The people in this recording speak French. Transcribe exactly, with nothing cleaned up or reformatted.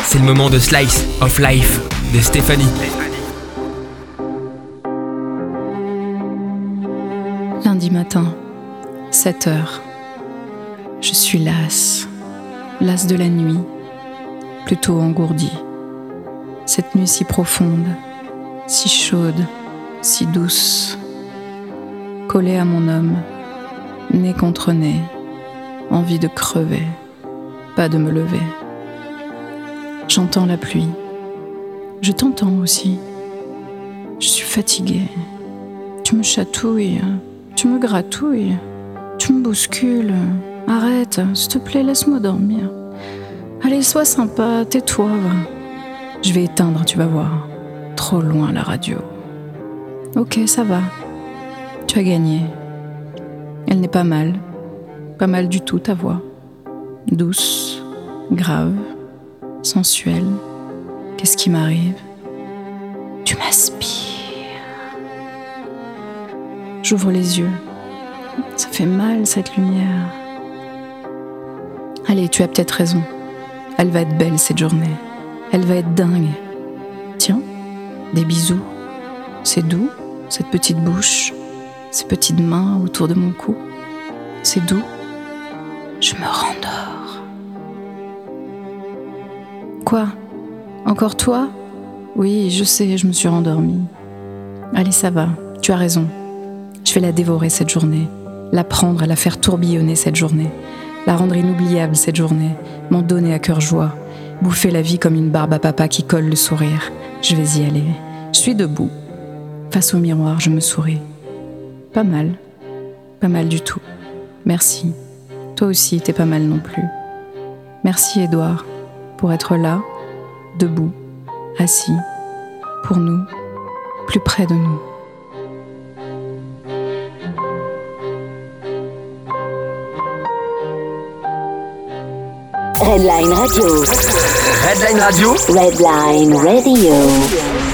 C'est le moment de Slice of Life de Stéphanie. Lundi matin, sept heures. Je suis lasse, lasse de la nuit, plutôt engourdie. Cette nuit si profonde, si chaude, si douce, collée à mon homme, nez contre nez, envie de crever, pas de me lever. J'entends la pluie, je t'entends aussi. Je suis fatiguée, tu me chatouilles, tu me gratouilles, tu me bouscules. Arrête, s'il te plaît, laisse-moi dormir. Allez, sois sympa, tais-toi. Je vais éteindre, tu vas voir. Trop loin la radio. Ok, ça va. Tu as gagné. Elle n'est pas mal. Pas mal du tout, ta voix. Douce, grave, sensuelle. Qu'est-ce qui m'arrive ? Tu m'aspires. J'ouvre les yeux. Ça fait mal, cette lumière. Allez, tu as peut-être raison. Elle va être belle, cette journée. Elle va être dingue. Tiens, des bisous. C'est doux, cette petite bouche, ces petites mains autour de mon cou. C'est doux. Je me rendors. Quoi ? Encore toi ? Oui, je sais, je me suis rendormie. Allez, ça va, tu as raison. Je vais la dévorer cette journée, la prendre à la faire tourbillonner cette journée, la rendre inoubliable cette journée, m'en donner à cœur joie, bouffer la vie comme une barbe à papa qui colle le sourire. Je vais y aller. Je suis debout. Face au miroir, je me souris. Pas mal. Pas mal du tout. Merci. Toi aussi, t'es pas mal non plus. Merci, Édouard, pour être là, debout, assis, pour nous, plus près de nous. Redline Radio. Redline Radio. Redline Radio.